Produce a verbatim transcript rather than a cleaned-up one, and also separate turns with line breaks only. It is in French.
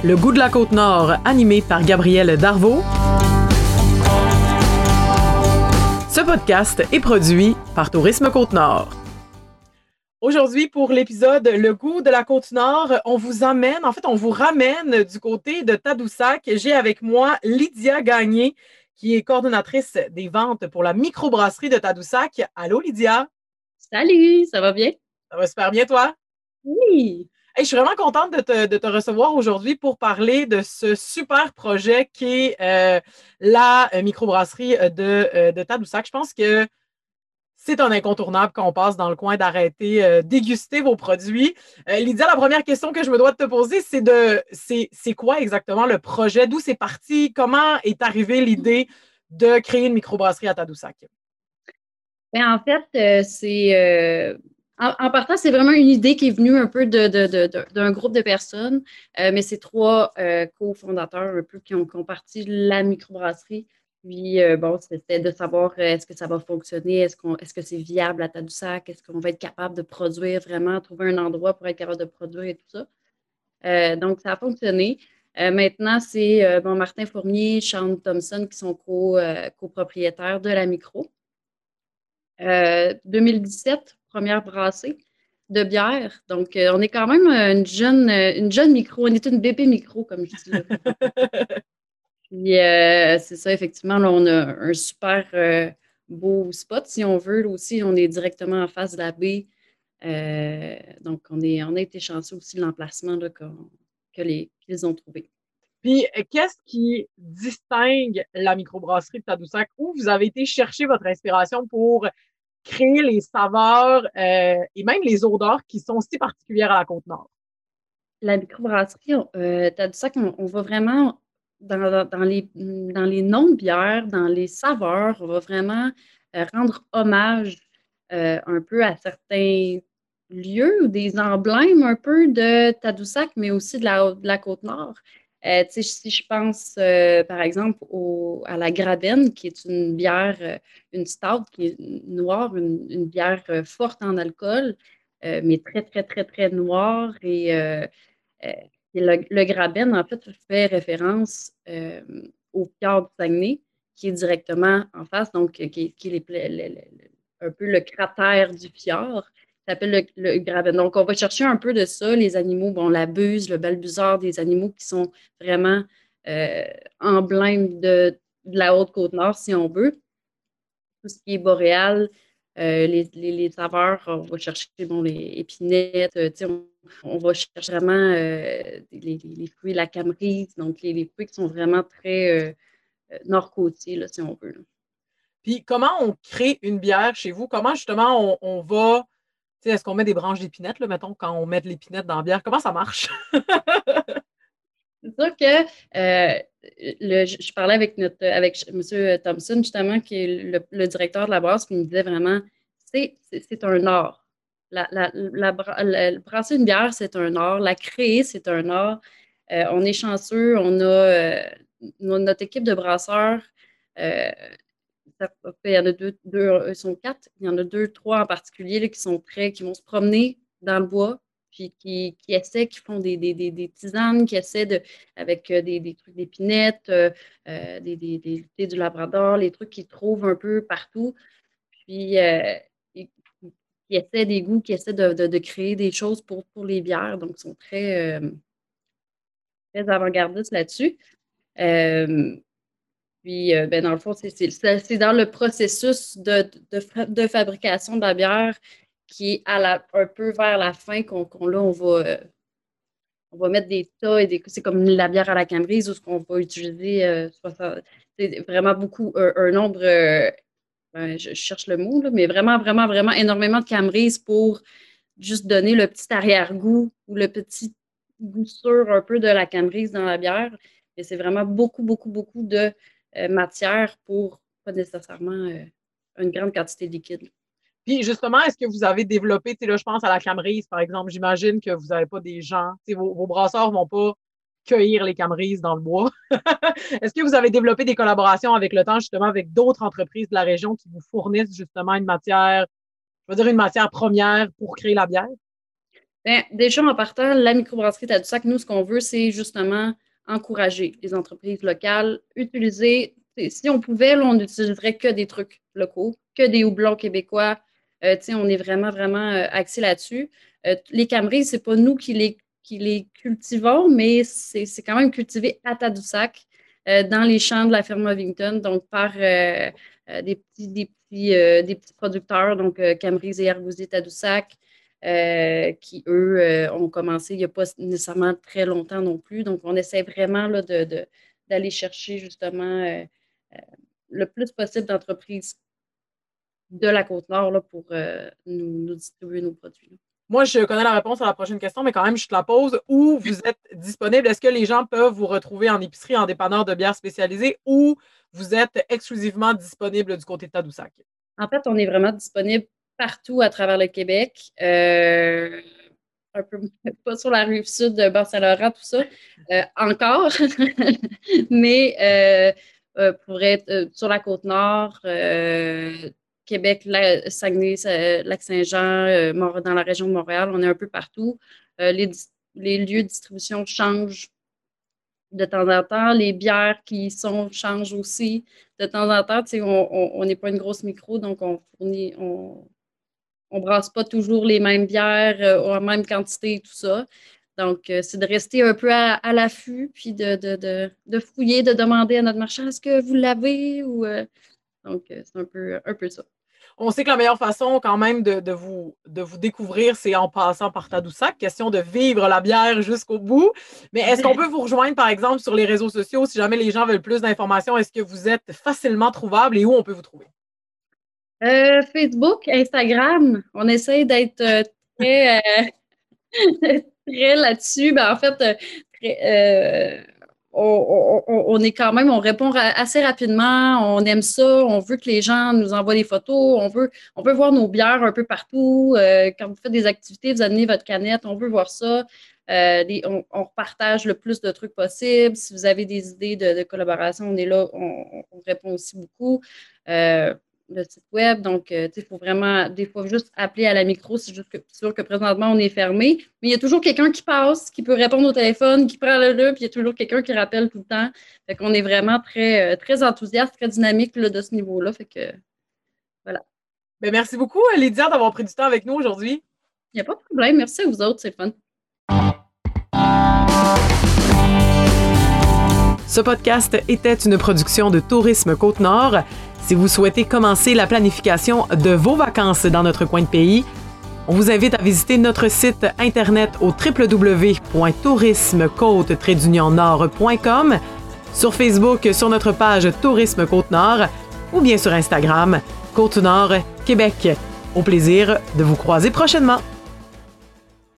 Le goût de la Côte-Nord, animé par Gabrielle Darvaux. Ce podcast est produit par Tourisme Côte-Nord. Aujourd'hui, pour l'épisode Le goût de la Côte-Nord, on vous amène, en fait, on vous ramène du côté de Tadoussac. J'ai avec moi Lydia Gagné, qui est coordonnatrice des ventes pour la microbrasserie de Tadoussac. Allô, Lydia?
Salut, ça va bien?
Ça va super bien, toi?
Oui!
Hey, je suis vraiment contente de te, de te recevoir aujourd'hui pour parler de ce super projet qui est euh, la microbrasserie de, euh, de Tadoussac. Je pense que c'est un incontournable quand on passe dans le coin d'arrêter, euh, déguster vos produits. Euh, Lydia, la première question que je me dois de te poser, c'est de c'est, c'est quoi exactement le projet? D'où c'est parti? Comment est arrivée l'idée de créer une microbrasserie à Tadoussac?
Ben, en fait, euh, c'est euh, en, en partant, c'est vraiment une idée qui est venue un peu de, de- de- de- d'un groupe de personnes, euh, mais c'est trois euh, cofondateurs un peu qui ont, qui ont parti la microbrasserie. Puis, euh, bon, c'était de savoir euh, est-ce que ça va fonctionner, est-ce qu'on, est-ce que c'est viable à Tadoussac, est-ce qu'on va être capable de produire vraiment, trouver un endroit pour être capable de produire et tout ça. Euh, donc, ça a fonctionné. Euh, maintenant, c'est euh, bon, Martin Fournier, Sean Thompson qui sont co, euh, copropriétaires de la micro. Euh, deux mille dix-sept, première brassée de bière. Donc, euh, on est quand même euh, une jeune, euh, une jeune micro. On est une bébé micro, comme je dis là. Puis, euh, c'est ça, effectivement, là, on a un super euh, beau spot, si on veut. Là aussi, on est directement en face de la baie. Euh, donc, on, est, on a été chanceux aussi de l'emplacement là, qu'on- que les, qu'ils ont trouvé.
Puis, euh, qu'est-ce qui distingue la microbrasserie de Tadoussac? Où vous avez été chercher votre inspiration pour créer les saveurs euh, et même les odeurs qui sont si particulières à la Côte-Nord?
La microbrasserie, on- euh, Tadoussac, on, on va vraiment dans, dans les, dans les noms de bières, dans les saveurs, on va vraiment euh, rendre hommage euh, un peu à certains lieux ou des emblèmes un peu de Tadoussac, mais aussi de la, de la Côte-Nord. Euh, tu sais, si je pense, euh, par exemple, au- à la Graben, qui est une bière, euh, une stout qui est noire, une, une bière euh, forte en alcool, euh, mais très, très, très, très noire et euh, euh, et le, le Graben, en fait, fait référence euh, au fjord du Saguenay, qui est directement en face, donc qui, qui est les- le- le- le- un peu le cratère du fjord. Ça s'appelle le, le Graben. Donc, on va chercher un peu de ça, les animaux, bon, la buse, le balbuzard, des animaux qui sont vraiment euh, emblèmes de, de la Haute-Côte-Nord, si on veut. Tout ce qui est boréal, euh, les, les, les saveurs, on va chercher bon, les épinettes, euh, on, on va chercher vraiment euh, les, les, fruits, la camerise, donc les, les fruits qui sont vraiment très euh, euh, nord-côtiers, là, si on veut. Là.
Puis comment on crée une bière chez vous? Comment justement on, on va, tu sais, est-ce qu'on met des branches d'épinette, là, mettons, quand on met de l'épinette dans la bière? Comment ça marche?
C'est sûr que euh, le, je, je parlais avec, notre, avec M. Thompson, justement, qui est le, le directeur de la brasse, qui me disait vraiment, c'est, c'est, c'est un art. La, la, la, la, brasser une bière, c'est un art. La créer, c'est un art. Euh, on est chanceux, on a euh, notre équipe de brasseurs. Euh, ça, il y en a deux, deux, ils sont quatre. Il y en a deux, trois en particulier là, qui sont prêts, qui vont se promener dans le bois, puis qui, qui essaient, qui font des, des, des, des tisanes, qui essaient de, avec euh, des, des trucs d'épinettes, euh, euh, des, des, des thés du Labrador, les trucs qu'ils trouvent un peu partout. Puis, euh, qui, qui essaient des goûts, qui essaient de, de, de créer des choses pour, pour les bières. Donc, ils sont très, euh, très avant-gardistes là-dessus. Euh, Puis, euh, ben, dans le fond, c'est c'est- c'est- c'est dans le processus de, de, fa- de fabrication de la bière qui est à la, un peu vers la fin qu'on qu'on- là, on va, euh, on va mettre des tas et des. C'est comme la bière à la Camerise où ce qu'on va utiliser euh, soixante c'est vraiment beaucoup, un, un nombre, euh, ben, je, je cherche le mot, là, mais vraiment, vraiment, vraiment énormément de Camerise pour juste donner le petit arrière-goût ou le petit goût sûr un peu de la Camerise dans la bière. Mais c'est vraiment beaucoup, beaucoup, beaucoup de euh, matière pour pas nécessairement euh, une grande quantité de liquide.
Puis justement, est-ce que vous avez développé, tu sais, là, je pense à la Camerise, par exemple, j'imagine que vous n'avez pas des gens, tu sais, vos, vos brasseurs ne vont pas cueillir les Camerises dans le bois. Est-ce que vous avez développé des collaborations avec le temps, justement, avec d'autres entreprises de la région qui vous fournissent justement une matière, je veux dire une matière première pour créer la bière?
Bien, déjà, en partant, la microbrasserie Tadoussac, nous, ce qu'on veut, c'est justement encourager les entreprises locales, utiliser, si on pouvait, là, on n'utiliserait que des trucs locaux, que des houblons québécois. Euh, on est vraiment, vraiment euh, axé là-dessus. Euh, les Camrys, c'est pas nous qui les, qui les cultivons, mais c'est, c'est quand même cultivé à Tadoussac, euh, dans les champs de la ferme Ovington, donc par euh, euh, des, petits, des, petits, euh, des petits producteurs, donc euh, Camrys et Argousier Tadoussac. Euh, qui, eux, euh, ont commencé il n'y a pas nécessairement très longtemps non plus. Donc, on essaie vraiment là, de, de, d'aller chercher justement euh, euh, le plus possible d'entreprises de la Côte-Nord là, pour euh, nous, nous distribuer nos produits.
Moi, je connais la réponse à la prochaine question, mais quand même, je te la pose. Où vous êtes disponible? Est-ce que les gens peuvent vous retrouver en épicerie, en dépanneur de bières spécialisées, ou vous êtes exclusivement disponible du côté de Tadoussac?
En fait, on est vraiment disponible partout à travers le Québec. Euh, un peu pas sur la rive sud de Bas-Saint-Laurent, tout ça, euh, encore. Mais euh, euh, pour être euh, sur la Côte-Nord, euh, Québec, la, Saguenay, Lac-Saint-Jean, euh, dans la région de Montréal, on est un peu partout. Euh, les, les lieux de distribution changent de temps en temps. Les bières qui sont changent aussi de temps en temps. On n'est pas une grosse micro, donc on fournit, on, on brasse pas toujours les mêmes bières euh, en même quantité et tout ça. Donc, euh, c'est de rester un peu à, à l'affût, puis de, de, de, de fouiller, de demander à notre marchand, est-ce que vous l'avez? Ou, euh... Donc, euh, c'est un peu, un peu ça.
On sait que la meilleure façon quand même de, de, vous, de vous découvrir, c'est en passant par Tadoussac. Question de vivre la bière jusqu'au bout. Mais est-ce qu'on peut vous rejoindre, par exemple, sur les réseaux sociaux si jamais les gens veulent plus d'informations? Est-ce que vous êtes facilement trouvable et où on peut vous trouver?
Euh, Facebook, Instagram, on essaie d'être euh, très, euh, très là-dessus. Ben, en fait, euh, très, euh, on, on, on est quand même, on répond assez rapidement, on aime ça, on veut que les gens nous envoient des photos, on veut, on veut voir nos bières un peu partout. Euh, quand vous faites des activités, vous amenez votre canette, on veut voir ça. Euh, les, on, on partage le plus de trucs possible. Si vous avez des idées de, de collaboration, on est là, on, on répond aussi beaucoup. Euh, le site web. Donc, euh, il faut vraiment, des fois, juste appeler à la micro. C'est juste que, c'est sûr que présentement, on est fermé. Mais il y a toujours quelqu'un qui passe, qui peut répondre au téléphone, qui prend le là, puis il y a toujours quelqu'un qui rappelle tout le temps. Fait qu'on est vraiment très, très enthousiaste, très dynamique là, de ce niveau-là. Fait que, voilà.
Bien, merci beaucoup, Lydia, d'avoir pris du temps avec nous aujourd'hui.
Il n'y a pas de problème. Merci à vous autres. C'est fun.
Ce podcast était une production de Tourisme Côte-Nord. Si vous souhaitez commencer la planification de vos vacances dans notre coin de pays, on vous invite à visiter notre site internet au w w w point tourisme côte nord point com, sur Facebook sur notre page Tourisme Côte-Nord ou bien sur Instagram Côte-Nord Québec. Au plaisir de vous croiser prochainement.